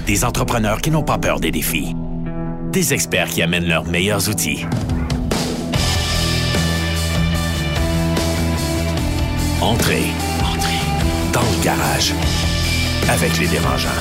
Des entrepreneurs qui n'ont pas peur des défis. Des experts qui amènent leurs meilleurs outils. Entrez dans le garage avec les dérangeants.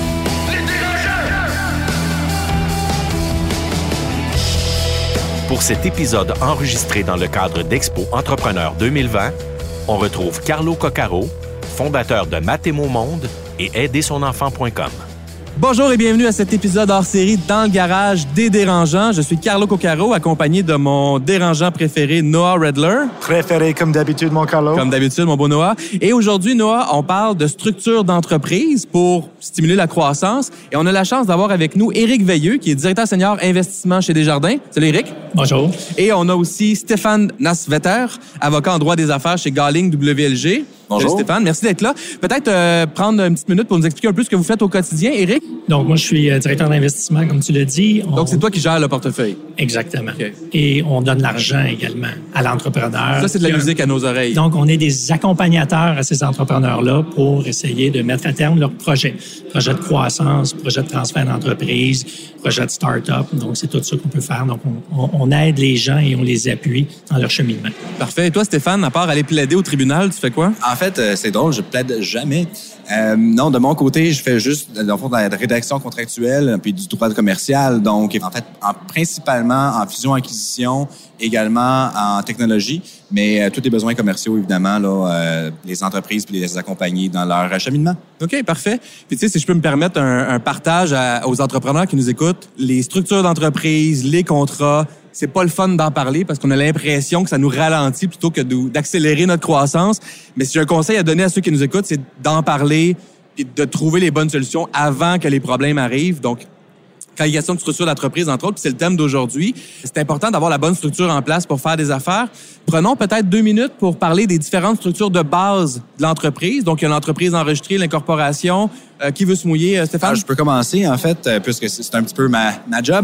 Pour cet épisode enregistré dans le cadre d'Expo Entrepreneur 2020, on retrouve Carlo Coccaro, fondateur de Mathémo Monde et aidersonenfant.com. Bonjour et bienvenue à cet épisode hors série dans le garage des dérangeants. Je suis Carlo Coccaro, accompagné de mon dérangeant préféré, Noah Redler. Préféré comme d'habitude, mon Carlo. Comme d'habitude, mon beau Noah. Et aujourd'hui, Noah, on parle de structure d'entreprise pour stimuler la croissance. Et on a la chance d'avoir avec nous Éric Veilleux, qui est directeur senior investissement chez Desjardins. Salut Éric. Bonjour. Et on a aussi Stéphane Nasvetter, avocat en droit des affaires chez Galing WLG. Bonjour. Salut Stéphane, merci d'être là. Peut-être prendre une petite minute pour nous expliquer un peu ce que vous faites au quotidien, Éric. Donc, moi, je suis directeur d'investissement, comme tu l'as dit. Donc, c'est toi qui gères le portefeuille. Exactement. Okay. Et on donne l'argent également à l'entrepreneur. Ça, c'est de la musique à nos oreilles. Donc, on est des accompagnateurs à ces entrepreneurs-là pour essayer de mettre à terme leurs projets. Projet de croissance, projet de transfert d'entreprise, projet de start-up. Donc, c'est tout ça qu'on peut faire. Donc, on aide les gens et on les appuie dans leur cheminement. Parfait. Et toi, Stéphane, à part aller plaider au tribunal, tu fais quoi? En fait, c'est drôle, je plaide jamais. Non, de mon côté, je fais juste, dans le fond, de la rédaction contractuelle puis du droit commercial. Donc, en fait, principalement en fusion-acquisition, également en technologie, mais tous les besoins commerciaux, évidemment, là, les entreprises puis les accompagner dans leur acheminement. OK, parfait. Puis, tu sais, si je peux me permettre un partage aux entrepreneurs qui nous écoutent, les structures d'entreprise, les contrats, c'est pas le fun d'en parler parce qu'on a l'impression que ça nous ralentit plutôt que d'accélérer notre croissance. Mais si j'ai un conseil à donner à ceux qui nous écoutent, c'est d'en parler et de trouver les bonnes solutions avant que les problèmes arrivent. Donc, quand il y a question de structure d'entreprise, entre autres, puis c'est le thème d'aujourd'hui, c'est important d'avoir la bonne structure en place pour faire des affaires. Prenons peut-être 2 minutes pour parler des différentes structures de base de l'entreprise. Donc, il y a l'entreprise enregistrée, l'incorporation. Qui veut se mouiller, Stéphane? Je peux commencer, en fait, puisque c'est un petit peu ma job.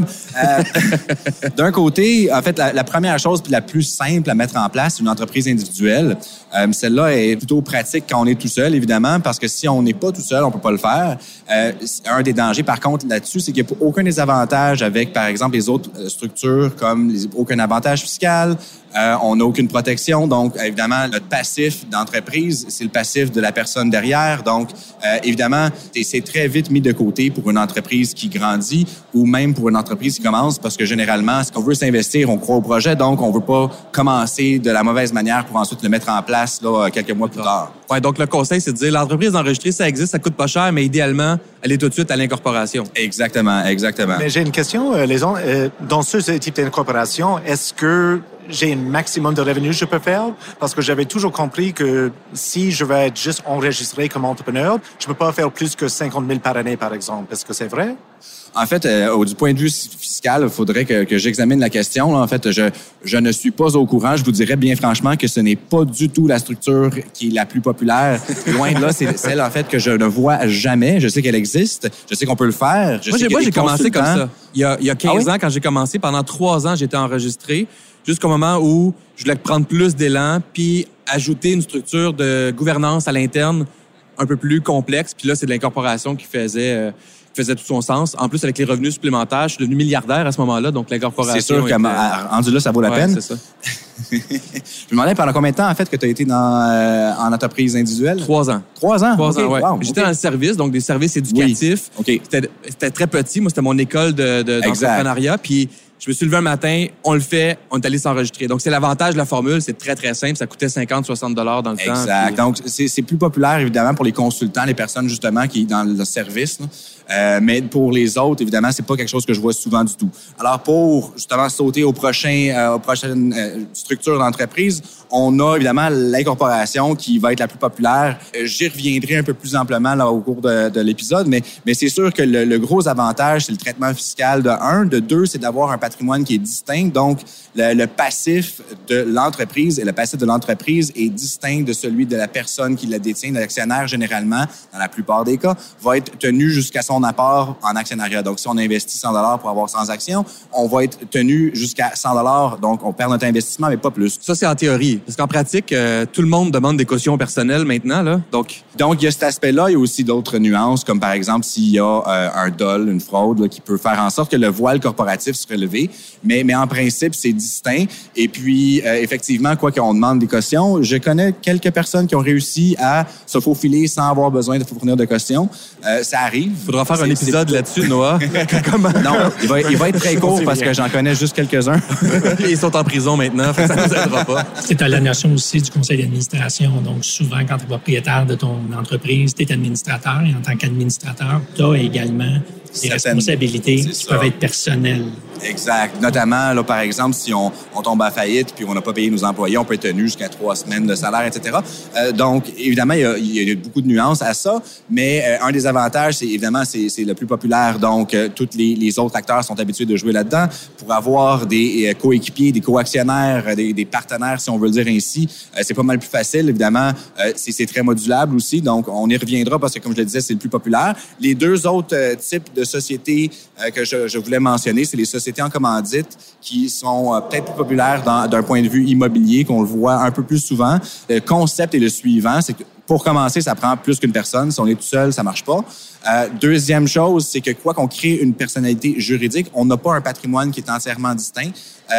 D'un côté, en fait, la première chose puis la plus simple à mettre en place, c'est une entreprise individuelle. Celle-là est plutôt pratique quand on est tout seul, évidemment, parce que si on n'est pas tout seul, on peut pas le faire. Un des dangers, par contre, là-dessus, c'est qu'il n'y a aucun des avantages avec, par exemple, les autres structures, comme aucun avantage fiscal, on n'a aucune protection. Donc, évidemment, notre passif d'entreprise, c'est le passif de la personne derrière. Donc, évidemment, c'est très vite mis de côté pour une entreprise qui grandit ou même pour une entreprise qui commence parce que généralement, si on veut s'investir, on croit au projet, donc on veut pas commencer de la mauvaise manière pour ensuite le mettre en place là, quelques mois plus tard. Ouais, donc le conseil, c'est de dire l'entreprise enregistrée, ça existe, ça coûte pas cher, mais idéalement, aller tout de suite à l'incorporation. Exactement. Mais j'ai une question. Dans ce type d'incorporation, est-ce que j'ai un maximum de revenus que je peux faire? Parce que j'avais toujours compris que si je vais être juste enregistré comme entrepreneur, je ne peux pas faire plus que 50 000 par année, par exemple. Est-ce que c'est vrai? En fait, du point de vue fiscal, il faudrait que j'examine la question. Là. En fait, je ne suis pas au courant. Je vous dirais bien franchement que ce n'est pas du tout la structure qui est la plus populaire. Loin de là, c'est celle, en fait, que je ne vois jamais. Je sais qu'elle existe. Je sais qu'on peut le faire. Moi, j'ai commencé comme ça. Il y a 15 ans, quand j'ai commencé, pendant 3 ans, j'étais enregistré jusqu'au moment où je voulais prendre plus d'élan puis ajouter une structure de gouvernance à l'interne un peu plus complexe. Puis là, c'est de l'incorporation qui faisait tout son sens. En plus, avec les revenus supplémentaires, je suis devenu milliardaire à ce moment-là, donc l'incorporation... C'est sûr qu'à rendu là, ça vaut la peine. C'est ça. Je me demandais pendant combien de temps, en fait, que tu as été en entreprise individuelle? 3 ans. 3 ans? 3 ans, oui. Wow, j'étais dans le service, donc des services éducatifs. Oui. C'était très petit. Moi, c'était mon école d'entrepreneuriat. Puis je me suis levé un matin, on le fait, on est allé s'enregistrer. Donc, c'est l'avantage de la formule. C'est très, très simple. Ça coûtait 50-60 $ dans le temps. Exact. Puis... Donc, c'est plus populaire, évidemment, pour les consultants, les personnes, justement, qui sont dans le service. Mais pour les autres, évidemment, c'est pas quelque chose que je vois souvent du tout. Alors, pour, justement, sauter aux prochaines structures d'entreprise, on a, évidemment, l'incorporation qui va être la plus populaire. J'y reviendrai un peu plus amplement là, au cours de l'épisode, mais c'est sûr que le gros avantage, c'est le traitement fiscal de 1. De 2, c'est d'avoir un patrimoine qui est distinct. Donc, le passif de l'entreprise et le passif de l'entreprise est distinct de celui de la personne qui la détient. L'actionnaire, généralement, dans la plupart des cas, va être tenu jusqu'à son apport en actionnariat. Donc, si on investit 100 $ pour avoir 100 actions, on va être tenu jusqu'à 100 $. Donc, on perd notre investissement, mais pas plus. Ça, c'est en théorie. oui. Parce qu'en pratique, tout le monde demande des cautions personnelles maintenant, là. Donc, il y a cet aspect-là. Il y a aussi d'autres nuances, comme par exemple s'il y a un dol, une fraude, là, qui peut faire en sorte que le voile corporatif soit levé. Mais en principe, c'est distinct. Et puis, effectivement, quoi qu'on demande des cautions, je connais quelques personnes qui ont réussi à se faufiler sans avoir besoin de fournir de caution. Ça arrive. Il faudra faire un épisode là-dessus, Noah. Non, il va être très court parce que j'en connais juste quelques-uns. Ils sont en prison maintenant, ça ne nous aidera pas. C'est à la notion aussi du conseil d'administration. Donc, souvent, quand tu es propriétaire de ton entreprise, tu es administrateur et en tant qu'administrateur, tu as également des responsabilités qui peuvent être personnelles. Exact. Notamment, là, par exemple, si on tombe à faillite puis on n'a pas payé nos employés, on peut être tenu jusqu'à 3 semaines de salaire, etc. Donc, évidemment, il y a beaucoup de nuances à ça, mais un des avantages, c'est évidemment, c'est le plus populaire. Donc, tous les autres acteurs sont habitués de jouer là-dedans. Pour avoir des coéquipiers, des coactionnaires, des partenaires, si on veut le dire ainsi, c'est pas mal plus facile. Évidemment, c'est très modulable aussi. Donc, on y reviendra parce que, comme je le disais, c'est le plus populaire. Les deux autres types de sociétés que je voulais mentionner, c'est les sociétés en commandite qui sont peut-être plus populaires d'un point de vue immobilier, qu'on le voit un peu plus souvent. Le concept est le suivant, c'est que pour commencer, ça prend plus qu'une personne. Si on est tout seul, ça marche pas. Deuxième chose, c'est que quoi qu'on crée une personnalité juridique, on n'a pas un patrimoine qui est entièrement distinct.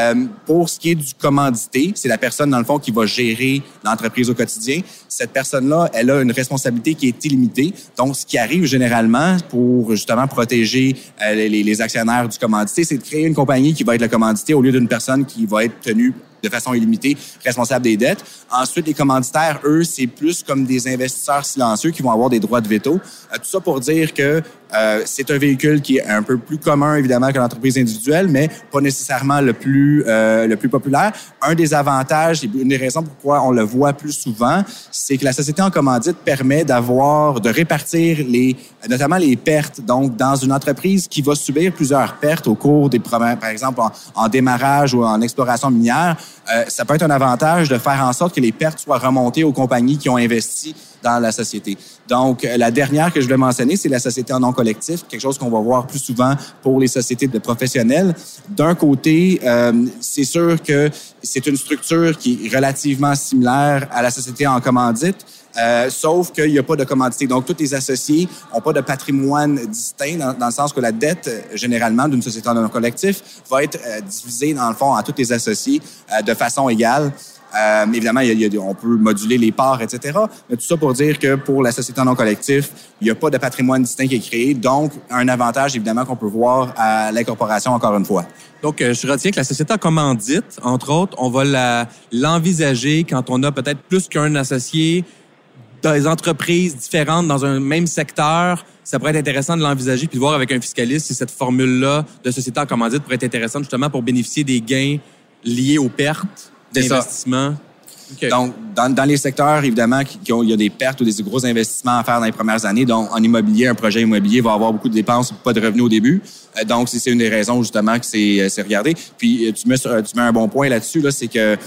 Pour ce qui est du commandité, c'est la personne, dans le fond, qui va gérer l'entreprise au quotidien. Cette personne-là, elle a une responsabilité qui est illimitée. Donc, ce qui arrive généralement pour, justement, protéger les actionnaires du commandité, c'est de créer une compagnie qui va être le commandité au lieu d'une personne qui va être tenue de façon illimitée, responsable des dettes. Ensuite, les commanditaires, eux, c'est plus comme des investisseurs silencieux qui vont avoir des droits de veto. Tout ça pour dire que c'est un véhicule qui est un peu plus commun, évidemment, que l'entreprise individuelle, mais pas nécessairement le plus populaire. Un des avantages, et une des raisons pourquoi on le voit plus souvent, c'est que la société en commandite permet de répartir notamment les pertes. Donc, dans une entreprise qui va subir plusieurs pertes au cours des premières, par exemple, en démarrage ou en exploration minière, ça peut être un avantage de faire en sorte que les pertes soient remontées aux compagnies qui ont investi dans la société. Donc, la dernière que je voulais mentionner, c'est la société en nom collectif, quelque chose qu'on va voir plus souvent pour les sociétés de professionnels. D'un côté, c'est sûr que c'est une structure qui est relativement similaire à la société en commandite, sauf qu'il n'y a pas de commandité. Donc, tous les associés n'ont pas de patrimoine distinct dans le sens que la dette, généralement, d'une société en nom collectif va être divisée, dans le fond, à tous les associés de façon égale. Évidemment, on peut moduler les parts, etc. Mais tout ça pour dire que pour la société en nom collectif, il n'y a pas de patrimoine distinct qui est créé. Donc, un avantage, évidemment, qu'on peut voir à l'incorporation, encore une fois. Donc, je retiens que la société en commandite, entre autres, on va l'envisager quand on a peut-être plus qu'un associé dans des entreprises différentes dans un même secteur. Ça pourrait être intéressant de l'envisager puis de voir avec un fiscaliste si cette formule-là de société en commandite pourrait être intéressante justement pour bénéficier des gains liés aux pertes d'investissement. Okay. Donc, dans les secteurs, évidemment, il y a des pertes ou des gros investissements à faire dans les premières années. Donc, en immobilier, un projet immobilier va avoir beaucoup de dépenses, pas de revenus au début. Donc, c'est une des raisons, justement, que c'est regardé. Puis, tu mets un bon point là-dessus, là, c'est que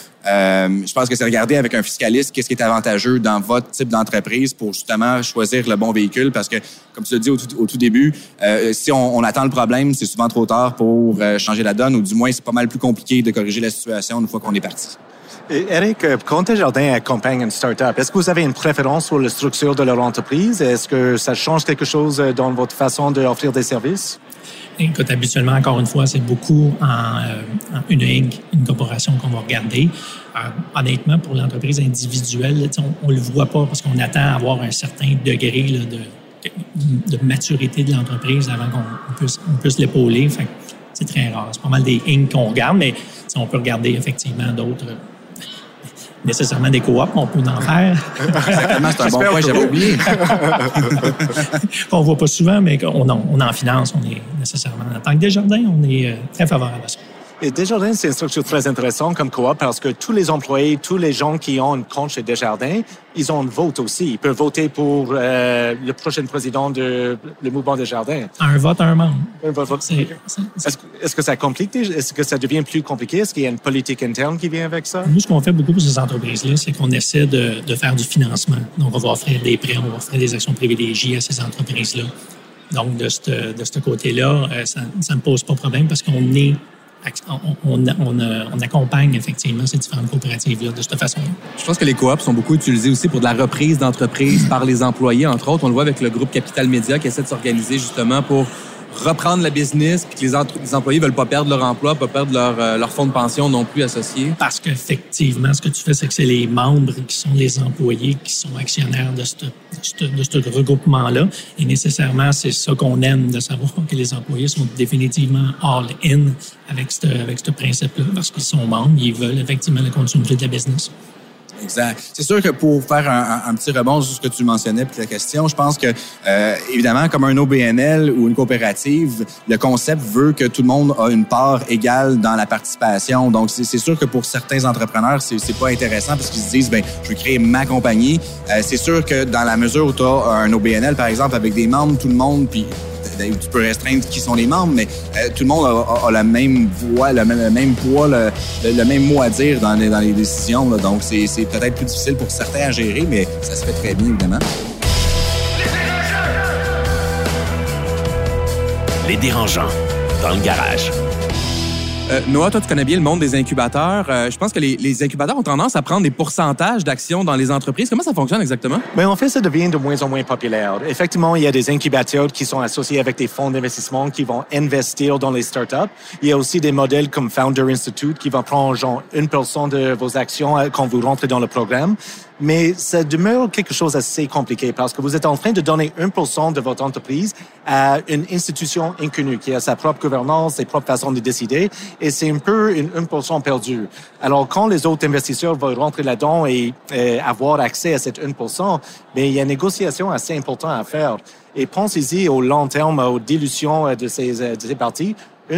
je pense que c'est regarder avec un fiscaliste qu'est-ce qui est avantageux dans votre type d'entreprise pour, justement, choisir le bon véhicule. Parce que, comme tu l'as dit au tout début, si on attend le problème, c'est souvent trop tard pour changer la donne, ou du moins, c'est pas mal plus compliqué de corriger la situation une fois qu'on est parti. Eric, quand Desjardins accompagne une start-up, est-ce que vous avez une préférence sur la structure de leur entreprise? Est-ce que ça change quelque chose dans votre façon d'offrir des services? Écoute, habituellement, encore une fois, c'est beaucoup en une Inc., une corporation qu'on va regarder. Honnêtement, pour l'entreprise individuelle, on le voit pas parce qu'on attend à avoir un certain degré là, de maturité de l'entreprise avant qu'on puisse l'épauler. Fait que c'est très rare. C'est pas mal des Inc. qu'on regarde, mais on peut regarder effectivement d'autres. Nécessairement des coops, on peut en faire. Exactement, c'est un bon point, j'avais oublié. On voit pas souvent, mais on en finance, on est nécessairement. En tant que Desjardins, on est très favorable à ça. Et Desjardins, c'est une structure très intéressante comme coop parce que tous les employés, tous les gens qui ont une compte chez Desjardins, ils ont un vote aussi. Ils peuvent voter pour le prochain président le mouvement Desjardins. Un vote, un membre. Un vote. Est-ce que ça complique? Est-ce que ça devient plus compliqué? Est-ce qu'il y a une politique interne qui vient avec ça? Nous, ce qu'on fait beaucoup pour ces entreprises-là, c'est qu'on essaie de faire du financement. Donc, on va offrir des prêts, on va offrir des actions privilégiées à ces entreprises-là. Donc, de ce côté-là, ça ne me pose pas de problème parce qu'on est on accompagne effectivement ces différentes coopératives-là de cette façon-là. Je pense que les coops sont beaucoup utilisés aussi pour de la reprise d'entreprise par les employés, entre autres. On le voit avec le groupe Capital Média qui essaie de s'organiser justement pour reprendre la business puis que les employés veulent pas perdre leur emploi, pas perdre leur fonds de pension non plus associé. Parce qu'effectivement, ce que tu fais, c'est que c'est les membres qui sont les employés qui sont actionnaires de ce regroupement-là. Et nécessairement, c'est ça qu'on aime, de savoir que les employés sont définitivement all-in avec ce principe-là parce qu'ils sont membres, ils veulent effectivement la continuité de la business. Exact. C'est sûr que pour faire un petit rebond sur ce que tu mentionnais puis la question, je pense que évidemment comme un OBNL ou une coopérative, le concept veut que tout le monde a une part égale dans la participation. Donc c'est sûr que pour certains entrepreneurs, c'est pas intéressant parce qu'ils se disent je vais créer ma compagnie. C'est sûr que dans la mesure où tu as un OBNL par exemple avec des membres, tout le monde puis tu peux restreindre qui sont les membres, mais tout le monde a la même voix, le même poids, le même mot à dire dans les décisions. Là. Donc, c'est peut-être plus difficile pour certains à gérer, mais ça se fait très bien, évidemment. Les dérangeants, dans le garage. Noah, toi, tu connais bien le monde des incubateurs. Je pense que les incubateurs ont tendance à prendre des pourcentages d'actions dans les entreprises. Comment ça fonctionne exactement? Mais en fait, ça devient de moins en moins populaire. Effectivement, il y a des incubateurs qui sont associés avec des fonds d'investissement qui vont investir dans les startups. Il y a aussi des modèles comme Founder Institute qui vont prendre genre 1% de vos actions quand vous rentrez dans le programme. Mais ça demeure quelque chose d'assez compliqué parce que vous êtes en train de donner 1% de votre entreprise à une institution inconnue qui a sa propre gouvernance, ses propres façons de décider et c'est un peu une 1% perdu. Alors, quand les autres investisseurs vont rentrer là-dedans et avoir accès à cette 1%, bien, il y a une négociation assez importante à faire. Et pensez-y au long terme, aux dilutions de ces parties.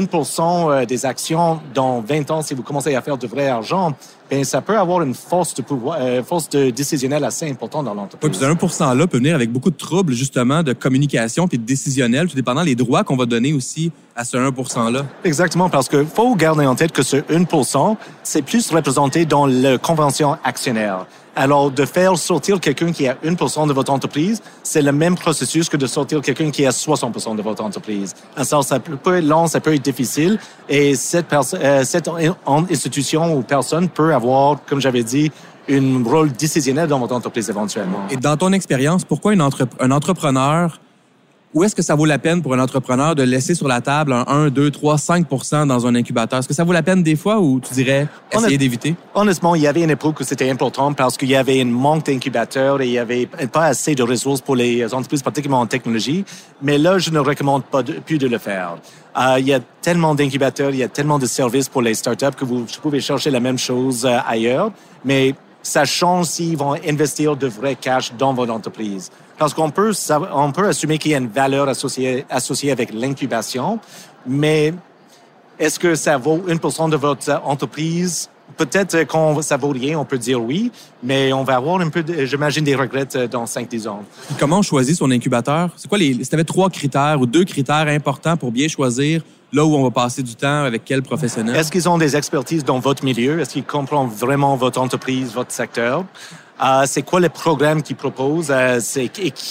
1% des actions dans 20 ans, si vous commencez à faire de vrai argent, bien, ça peut avoir une force de décisionnelle assez importante dans l'entreprise. Oui, puis ce 1%-là peut venir avec beaucoup de troubles, justement, de communication puis de décisionnel, tout dépendant des droits qu'on va donner aussi à ce 1%-là. Exactement, parce que faut garder en tête que ce 1%, c'est plus représenté dans la convention actionnaire. Alors, de faire sortir quelqu'un qui a 1% de votre entreprise, c'est le même processus que de sortir quelqu'un qui a 60% de votre entreprise. Alors, ça peut être long, ça peut être difficile, et cette institution ou personne peut avoir, comme j'avais dit, un rôle décisionnel dans votre entreprise éventuellement. Et dans ton expérience, pourquoi un entrepreneur, où est-ce que ça vaut la peine pour un entrepreneur de laisser sur la table un 1, 2, 3, 5% dans un incubateur? Est-ce que ça vaut la peine des fois ou tu dirais essayer d'éviter? Honnêtement, il y avait une époque où c'était important parce qu'il y avait un manque d'incubateurs et il n'y avait pas assez de ressources pour les entreprises, particulièrement en technologie. Mais là, je ne recommande pas plus de le faire. Il y a tellement d'incubateurs, il y a tellement de services pour les startups que vous pouvez chercher la même chose ailleurs. Mais ça change s'ils vont investir de vrais cash dans votre entreprise. Parce qu'on peut assumer qu'il y a une valeur associée avec l'incubation, mais est-ce que ça vaut 1% de votre entreprise? Peut-être quand ça vaut rien, on peut dire oui, mais on va avoir un peu, j'imagine, des regrets dans 5-10 ans. Et comment on choisit son incubateur? C'est quoi si tu avais 3 critères ou 2 critères importants pour bien choisir là où on va passer du temps avec quel professionnel? Est-ce qu'ils ont des expertises dans votre milieu? Est-ce qu'ils comprennent vraiment votre entreprise, votre secteur? C'est quoi le programme qu'ils proposent? C'est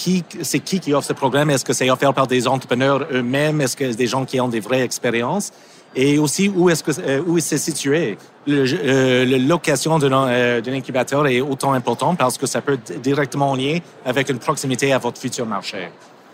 qui offre ce programme? Est-ce que c'est offert par des entrepreneurs eux-mêmes? Est-ce que c'est des gens qui ont des vraies expériences? Et aussi, où c'est situé? La location d'un incubateur est autant important parce que ça peut être directement en lien avec une proximité à votre futur marché.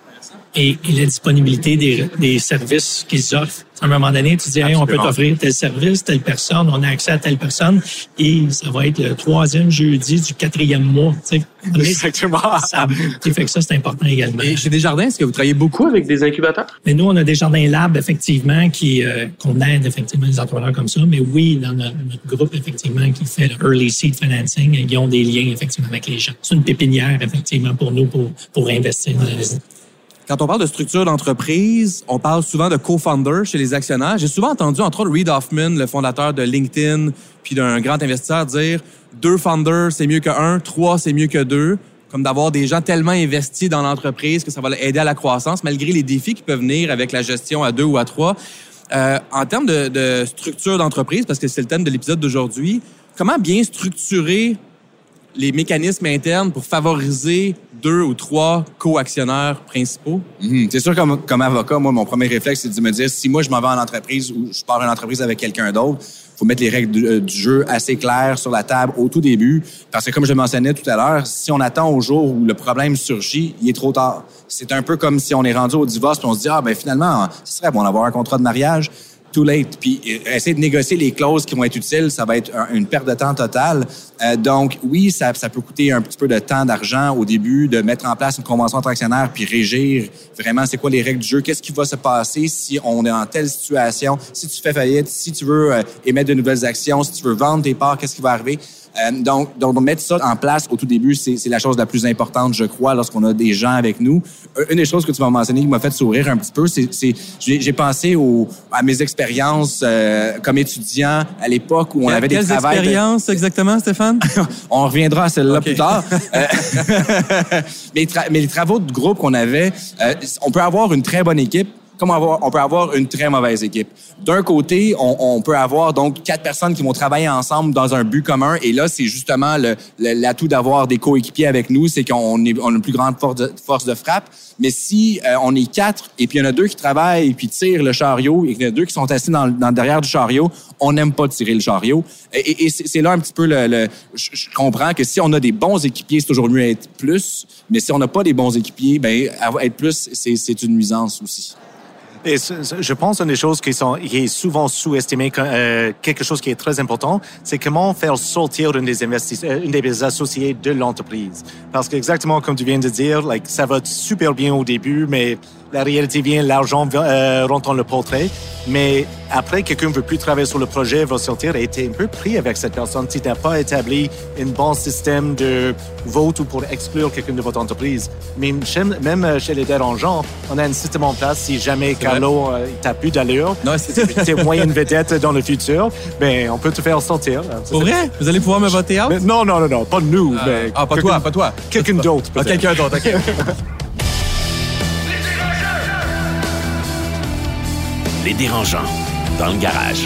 Et la disponibilité des services qu'ils offrent. À un moment donné, tu dis, hey, on peut t'offrir tel service, telle personne, on a accès à telle personne, et ça va être le 3e jeudi du 4e mois. Tu sais. Exactement. Fait que ça, c'est important également. Et chez Desjardins, est-ce que vous travaillez beaucoup avec des incubateurs? Mais nous, on a Desjardins Lab, effectivement, qu'on aide effectivement les entrepreneurs comme ça. Mais oui, dans notre groupe, effectivement, qui fait le Early Seed Financing, ils ont des liens, effectivement, avec les gens. C'est une pépinière, effectivement, pour nous, pour investir dans les... Quand on parle de structure d'entreprise, on parle souvent de co-founder chez les actionnaires. J'ai souvent entendu, entre autres, Reid Hoffman, le fondateur de LinkedIn, puis d'un grand investisseur, dire 2 founders, c'est mieux que 1, 3, c'est mieux que 2. Comme d'avoir des gens tellement investis dans l'entreprise que ça va aider à la croissance, malgré les défis qui peuvent venir avec la gestion à 2 ou à 3. En termes de structure d'entreprise, parce que c'est le thème de l'épisode d'aujourd'hui, comment bien structurer les mécanismes internes pour favoriser 2 ou 3 co-actionnaires principaux? C'est sûr, comme avocat, moi, mon premier réflexe, c'est de me dire, si moi, je m'en vais en entreprise ou je pars en entreprise avec quelqu'un d'autre, faut mettre les règles du jeu assez claires sur la table au tout début. Parce que, comme je le mentionnais tout à l'heure, si on attend au jour où le problème surgit, il est trop tard. C'est un peu comme si on est rendu au divorce puis on se dit, finalement, ce serait bon d'avoir un contrat de mariage. Too late. Puis essayer de négocier les clauses qui vont être utiles, ça va être une perte de temps totale. Donc, oui, ça peut coûter un petit peu de temps, d'argent au début, de mettre en place une convention entre actionnaires puis régir vraiment c'est quoi les règles du jeu, qu'est-ce qui va se passer si on est en telle situation, si tu fais faillite, si tu veux émettre de nouvelles actions, si tu veux vendre tes parts, qu'est-ce qui va arriver. Donc, mettre ça en place au tout début, c'est la chose la plus importante, je crois, lorsqu'on a des gens avec nous. Une des choses que tu m'as mentionné qui m'a fait sourire un petit peu, j'ai pensé à mes expériences comme étudiant à l'époque où on avait des travails... Quelles expériences exactement, Stéphane? On reviendra à celle-là plus tard. Mais les travaux de groupe qu'on avait, on peut avoir une très bonne équipe, comme on peut avoir une très mauvaise équipe. D'un côté, on peut avoir donc 4 personnes qui vont travailler ensemble dans un but commun. Et là, c'est justement l'atout d'avoir des coéquipiers avec nous, c'est qu'on a une plus grande force de frappe. Mais si on est 4 et puis il y en a 2 qui travaillent et puis tirent le chariot et qu'il y en a 2 qui sont assis dans derrière du chariot, on n'aime pas tirer le chariot. Et c'est là un petit peu je comprends que si on a des bons équipiers, c'est toujours mieux être plus. Mais si on n'a pas des bons équipiers, être plus, c'est une nuisance aussi. Et je pense une des choses qui est souvent sous-estimée, quelque chose qui est très important, c'est comment faire sortir une des associés de l'entreprise. Parce qu'exactement comme tu viens de dire, ça va super bien au début, mais la réalité vient, l'argent rentre dans le portrait. Mais après, quelqu'un ne veut plus travailler sur le projet, va sortir et être un peu pris avec cette personne si tu n'as pas établi un bon système de vote ou pour exclure quelqu'un de votre entreprise. Mais même chez les dérangeants, on a un système en place. Si jamais Carlo t'as plus d'allure, t'es moyenne vedette dans le futur, on peut te faire sortir. Pour vrai? Vous allez pouvoir me voter out? Non, pas nous. Pas toi. Quelqu'un d'autre. Quelqu'un d'autre, OK. Les dérangeants, dans le garage.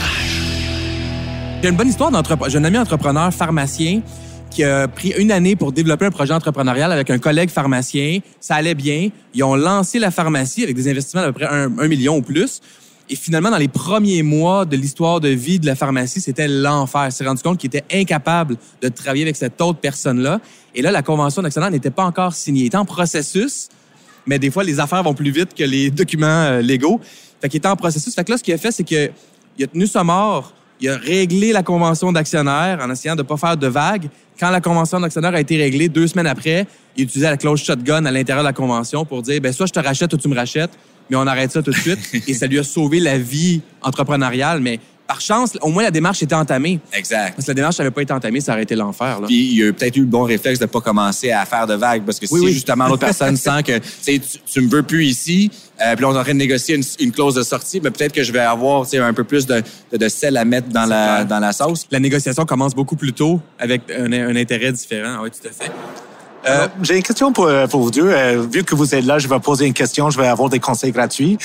J'ai une bonne histoire j'ai un ami entrepreneur pharmacien qui a pris 1 année pour développer un projet entrepreneurial avec un collègue pharmacien. Ça allait bien. Ils ont lancé la pharmacie avec des investissements d'à peu près 1 million ou plus. Et finalement, dans les premiers mois de l'histoire de vie de la pharmacie, c'était l'enfer. Il s'est rendu compte qu'il était incapable de travailler avec cette autre personne-là. Et là, la convention d'actionnaire n'était pas encore signée. Il était en processus, mais des fois, les affaires vont plus vite que les documents légaux. Fait qu'il était en processus. Fait que là, ce qu'il a fait, c'est qu'il a tenu ça mort. Il a réglé la convention d'actionnaire en essayant de ne pas faire de vagues. Quand la convention d'actionnaire a été réglée, 2 semaines après, il utilisait la clause shotgun à l'intérieur de la convention pour dire, soit je te rachète ou tu me rachètes, mais on arrête ça tout de suite. Et ça lui a sauvé la vie entrepreneuriale. Mais par chance, au moins, la démarche était entamée. Exact. Parce que la démarche n'avait pas été entamée, ça aurait été l'enfer. Là. Puis il y a peut-être eu le bon réflexe de ne pas commencer à faire de vagues. Parce que si justement l'autre personne sent que tu me veux plus ici, puis là, on est en train de négocier une clause de sortie, mais peut-être que je vais avoir un peu plus de sel à mettre dans la sauce. La négociation commence beaucoup plus tôt avec un intérêt différent. Oui, tout à fait. J'ai une question pour vous deux. Vu que vous êtes là, je vais poser une question, je vais avoir des conseils gratuits.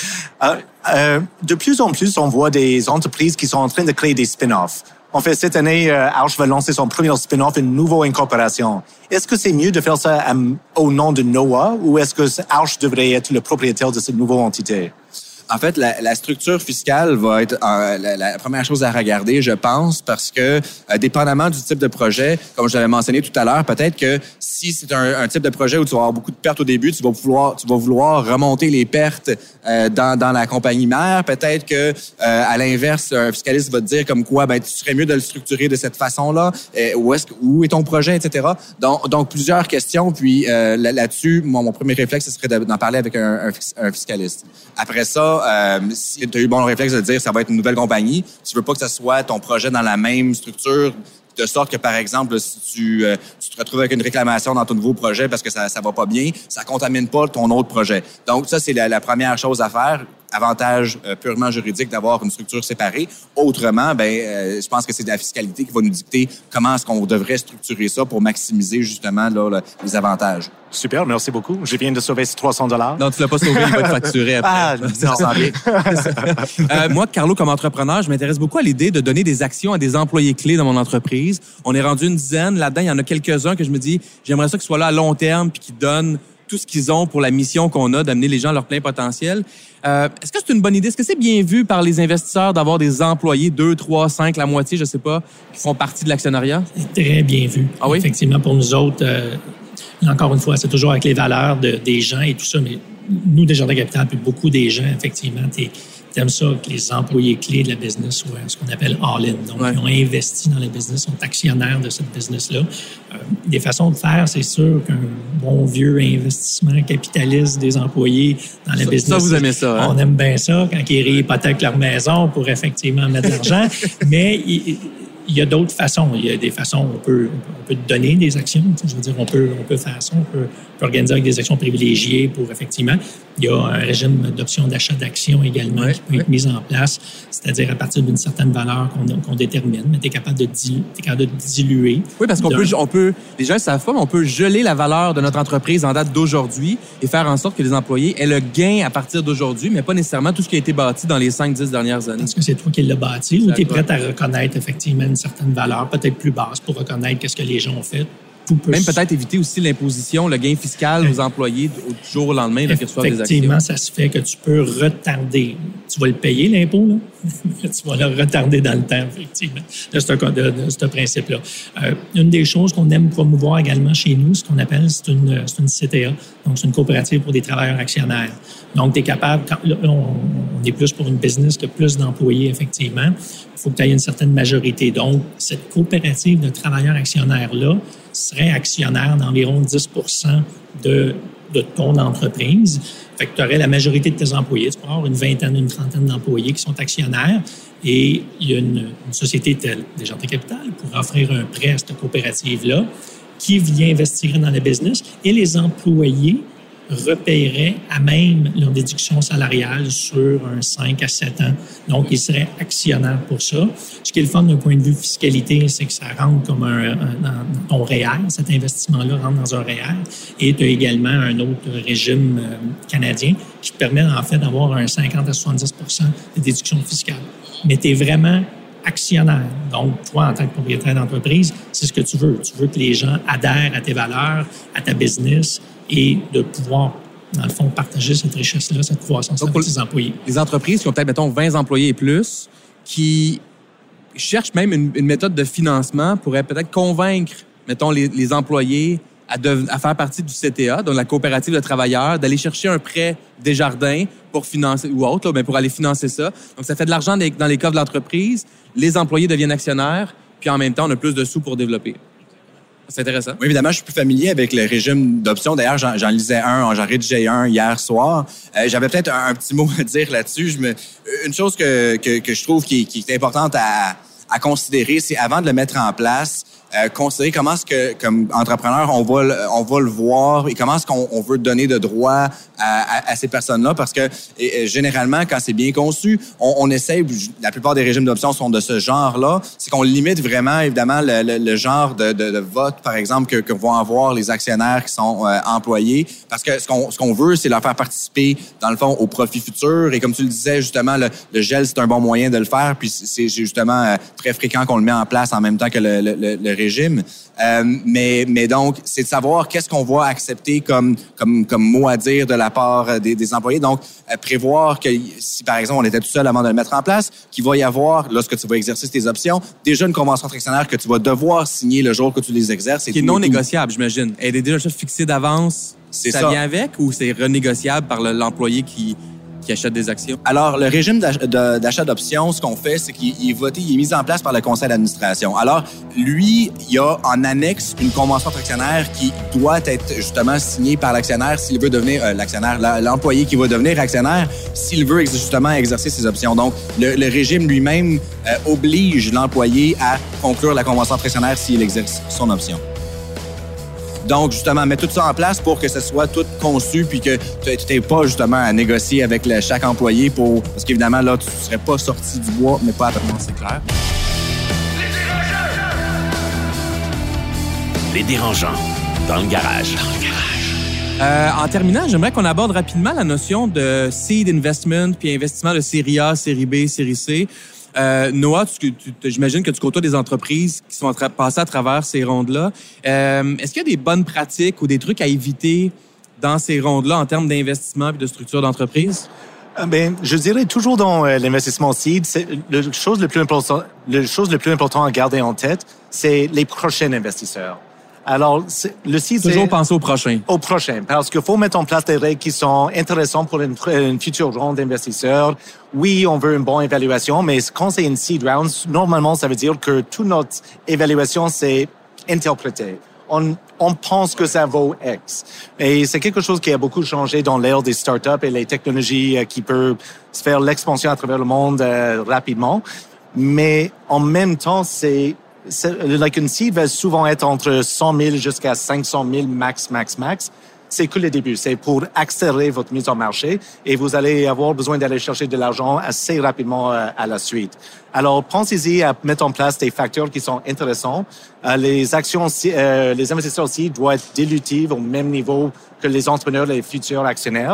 De plus en plus, on voit des entreprises qui sont en train de créer des spin-offs. En fait, cette année, Arch va lancer son premier spin-off, une nouvelle incorporation. Est-ce que c'est mieux de faire ça au nom de Noah ou est-ce que Arch devrait être le propriétaire de cette nouvelle entité? En fait, la structure fiscale va être la première chose à regarder, je pense, parce que dépendamment du type de projet, comme je l'avais mentionné tout à l'heure, peut-être que si c'est un type de projet où tu vas avoir beaucoup de pertes au début, tu vas vouloir remonter les pertes dans la compagnie mère. Peut-être que à l'inverse, un fiscaliste va te dire comme quoi, tu serais mieux de le structurer de cette façon-là. Où est ton projet, etc. Donc plusieurs questions. Puis là-dessus, mon premier réflexe, ce serait d'en parler avec un fiscaliste. Après ça, si tu as eu le bon réflexe de dire ça va être une nouvelle compagnie, tu veux pas que ça soit ton projet dans la même structure, de sorte que, par exemple, si tu te retrouves avec une réclamation dans ton nouveau projet parce que ça va pas bien, ça contamine pas ton autre projet. Donc, ça, c'est la première chose à faire. avantage purement juridique d'avoir une structure séparée. Autrement, je pense que c'est la fiscalité qui va nous dicter comment est-ce qu'on devrait structurer ça pour maximiser justement là, les avantages. Super, merci beaucoup. Je viens de sauver $300. Non, tu l'as pas sauvé, il va te facturer après. Ah, non. Moi, Carlo, comme entrepreneur, je m'intéresse beaucoup à l'idée de donner des actions à des employés clés dans mon entreprise. On est rendu une dizaine. Là-dedans, il y en a quelques-uns que je me dis, j'aimerais ça qu'ils soient là à long terme puis qu'ils donnent tout ce qu'ils ont pour la mission qu'on a d'amener les gens à leur plein potentiel. Est-ce que c'est une bonne idée? Est-ce que c'est bien vu par les investisseurs d'avoir des employés, 2, 3, 5, la moitié, je sais pas, qui font partie de l'actionnariat? C'est très bien vu. Ah oui? Effectivement, pour nous autres, encore une fois, c'est toujours avec les valeurs des gens et tout ça, mais nous, Desjardins Capital, puis beaucoup des gens, effectivement, t'aimes ça que les employés clés de la business soient ce qu'on appelle all-in. Donc, ils ont investi dans le business, sont actionnaires de cette business-là. Des façons de faire, c'est sûr qu'un bon vieux investissement capitaliste des employés dans la business. Ça, vous aimez ça, hein? On aime bien ça quand ils réhypothèquent leur maison pour effectivement mettre de l'argent. Mais il y a d'autres façons. Il y a des façons, on peut donner des actions. Je veux dire, on peut faire ça. On peut organiser avec des actions privilégiées pour effectivement. Il y a un régime d'option d'achat d'actions également qui peut être mis en place, c'est-à-dire à partir d'une certaine valeur qu'on détermine, mais tu es capable de diluer. Oui, parce qu'on peut, les gens ne savent pas, mais on peut geler la valeur de notre entreprise en date d'aujourd'hui et faire en sorte que les employés aient le gain à partir d'aujourd'hui, mais pas nécessairement tout ce qui a été bâti dans les 5-10 dernières années. Est-ce que c'est toi qui l'as bâti ou tu es prêt à reconnaître effectivement une certaine valeur, peut-être plus basse, pour reconnaître qu'est-ce que les gens ont fait? Même peut-être éviter aussi l'imposition, le gain fiscal aux employés du jour au lendemain qu'ils reçoivent des actions. Effectivement, ça se fait que tu peux retarder. Tu vas le payer, l'impôt, là. Tu vas le retarder dans le temps, effectivement, de ce principe-là. Une des choses qu'on aime promouvoir également chez nous, ce qu'on appelle, c'est une CTA. Donc, c'est une coopérative pour des travailleurs actionnaires. Donc, tu es capable, on est plus pour une business qui a plus d'employés, effectivement. Il faut que tu aies une certaine majorité. Donc, cette coopérative de travailleurs actionnaires-là serait actionnaire d'environ 10 de ton entreprise. Fait que tu aurais la majorité de tes employés. Tu peux avoir une vingtaine, une trentaine d'employés qui sont actionnaires. Et il y a une société telle Desjardins Capital pour offrir un prêt à cette coopérative-là qui vient investir dans le business. Et les employés repaieraient à même leur déduction salariale sur un 5 à 7 ans. Donc, ils seraient actionnaires pour ça. Ce qui est le fun d'un point de vue fiscalité, c'est que ça rentre comme dans ton REER. Cet investissement-là rentre dans un REER. Et tu as également un autre régime canadien qui te permet, en fait, d'avoir un 50 à 70 de déduction fiscale. Mais tu es vraiment actionnaire. Donc, toi, en tant que propriétaire d'entreprise, c'est ce que tu veux. Tu veux que les gens adhèrent à tes valeurs, à ta business et de pouvoir, dans le fond, partager cette richesse-là, cette croissance avec tes employés. Les entreprises qui ont peut-être, mettons, 20 employés et plus, qui cherchent même une méthode de financement, pourraient peut-être convaincre, mettons, les employés à faire partie du CTA, donc la coopérative de travailleurs, d'aller chercher un prêt Desjardins pour financer, ou autre, là, pour aller financer ça. Donc, ça fait de l'argent dans les coffres de l'entreprise, les employés deviennent actionnaires, puis en même temps, on a plus de sous pour développer. C'est intéressant. Oui, évidemment, je suis plus familier avec le régime d'options. D'ailleurs, j'en lisais j'en rédigeais un hier soir. J'avais peut-être un petit mot à dire là-dessus. Une chose que je trouve qui est importante à considérer, c'est avant de le mettre en place, considérer comment est-ce que, comme entrepreneur, on va le voir et comment est-ce qu'on veut donner de droits à ces personnes-là, parce que généralement, quand c'est bien conçu, on essaye, la plupart des régimes d'options sont de ce genre-là, c'est qu'on limite vraiment, évidemment, le genre de vote, par exemple, que vont avoir les actionnaires qui sont employés, parce que ce qu'on veut, c'est leur faire participer, dans le fond, au profit futur, et comme tu le disais, justement, le gel, c'est un bon moyen de le faire, puis c'est justement très fréquent qu'on le met en place en même temps que le régime. Mais donc, c'est de savoir qu'est-ce qu'on va accepter comme mot à dire de la part des employés. Donc, prévoir que si, par exemple, on était tout seul avant de le mettre en place, qu'il va y avoir, lorsque tu vas exercer tes options, déjà une convention entre actionnaires que tu vas devoir signer le jour que tu les exerces. Qui est non négociable, j'imagine. Elle est déjà fixée d'avance. Ça vient avec ou c'est renégociable par l'employé qui achète des actions? Alors, le régime d'achat d'options, ce qu'on fait, c'est qu'il est mis en place par le conseil d'administration. Alors, lui, il y a en annexe une convention entre actionnaires qui doit être justement signée par l'actionnaire s'il veut devenir l'employé qui va devenir actionnaire s'il veut justement exercer ses options. Donc, le régime lui-même oblige l'employé à conclure la convention entre actionnaires s'il exerce son option. Donc, justement, mettre tout ça en place pour que ce soit tout conçu puis que tu n'aies pas, justement, à négocier avec chaque employé parce qu'évidemment, là, tu ne serais pas sorti du bois, mais pas à vraiment, c'est clair. Les dérangeants, dans le garage. En terminant, j'aimerais qu'on aborde rapidement la notion de seed investment puis investissement de série A, série B, série C. Noah, j'imagine que tu côtoies des entreprises qui sont passées à travers ces rondes-là. Est-ce qu'il y a des bonnes pratiques ou des trucs à éviter dans ces rondes-là en termes d'investissement et de structure d'entreprise? Je dirais toujours dans l'investissement seed, la chose le plus important à garder en tête, c'est les prochains investisseurs. Alors, le seed, toujours penser au prochain. Au prochain, parce qu'il faut mettre en place des règles qui sont intéressantes pour une future ronde d'investisseurs. Oui, on veut une bonne évaluation, mais quand c'est une seed round, normalement, ça veut dire que toute notre évaluation, c'est interprété. On pense que ça vaut X. Et c'est quelque chose qui a beaucoup changé dans l'ère des startups et les technologies qui peuvent se faire l'expansion à travers le monde rapidement. Mais en même temps, une seed va souvent être entre 100 000 jusqu'à 500 000 max. C'est que le début. C'est pour accélérer votre mise en marché et vous allez avoir besoin d'aller chercher de l'argent assez rapidement à la suite. Alors, pensez-y à mettre en place des facteurs qui sont intéressants. Les investisseurs aussi doivent être dilutifs au même niveau que les entrepreneurs, les futurs actionnaires.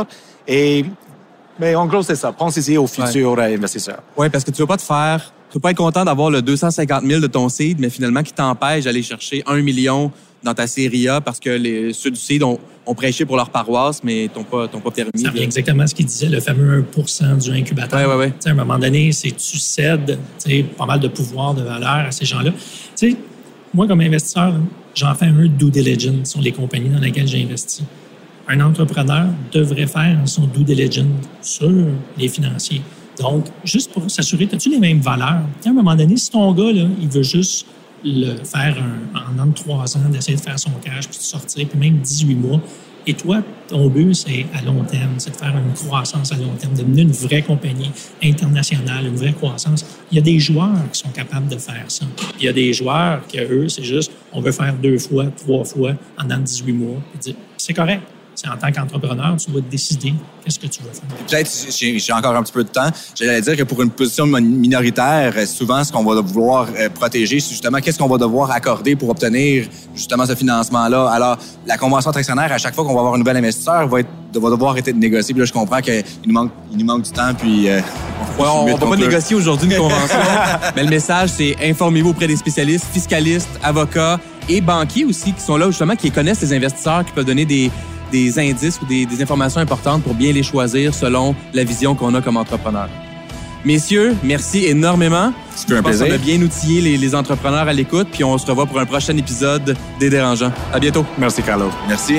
Mais en gros, c'est ça. Pensez-y aux futurs investisseurs. Oui, parce que tu vas pas être content d'avoir le 250 000 de ton seed, mais finalement qui t'empêche d'aller chercher 1 million dans ta série A parce que ceux du seed ont prêché pour leur paroisse, mais t'ont pas permis. Ça revient exactement à ce qu'il disait, le fameux 1% du incubateur. Oui. À un moment donné, tu cèdes pas mal de pouvoir, de valeur à ces gens-là. Moi, comme investisseur, j'en fais un due diligence sur les compagnies dans lesquelles j'ai investi. Un entrepreneur devrait faire son due diligence sur les financiers. Donc, juste pour s'assurer, as-tu les mêmes valeurs? À un moment donné, si ton gars, là, il veut juste le faire en 3 ans, d'essayer de faire son cash, puis de sortir, puis même 18 mois, et toi, ton but, c'est à long terme, c'est de faire une croissance à long terme, de devenir une vraie compagnie internationale, une vraie croissance. Il y a des joueurs qui sont capables de faire ça. Il y a des joueurs qui, eux, c'est juste, on veut faire 2 fois, 3 fois en 18 mois, puis dire, c'est correct. C'est en tant qu'entrepreneur, tu dois décider qu'est-ce que tu veux faire. Peut-être, j'ai encore un petit peu de temps, j'allais dire que pour une position minoritaire, souvent, ce qu'on va vouloir protéger, c'est justement qu'est-ce qu'on va devoir accorder pour obtenir justement ce financement-là. Alors, la convention d'actionnaire, à chaque fois qu'on va avoir un nouvel investisseur, va devoir être négociée. Puis là, je comprends qu'il nous manque du temps, puis... on va pas négocier aujourd'hui une convention, mais le message, c'est informez-vous auprès des spécialistes, fiscalistes, avocats et banquiers aussi, qui sont là justement, qui connaissent les investisseurs, qui peuvent donner des indices ou des informations importantes pour bien les choisir selon la vision qu'on a comme entrepreneur. Messieurs, merci énormément. C'est un plaisir. On a bien outillé les entrepreneurs à l'écoute, puis on se revoit pour un prochain épisode des Dérangeants. À bientôt. Merci, Carlo. Merci.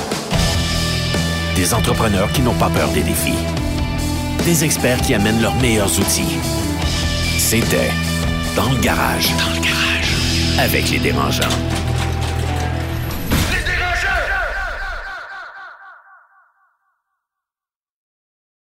Des entrepreneurs qui n'ont pas peur des défis. Des experts qui amènent leurs meilleurs outils. C'était Dans le garage. Avec les Dérangeants.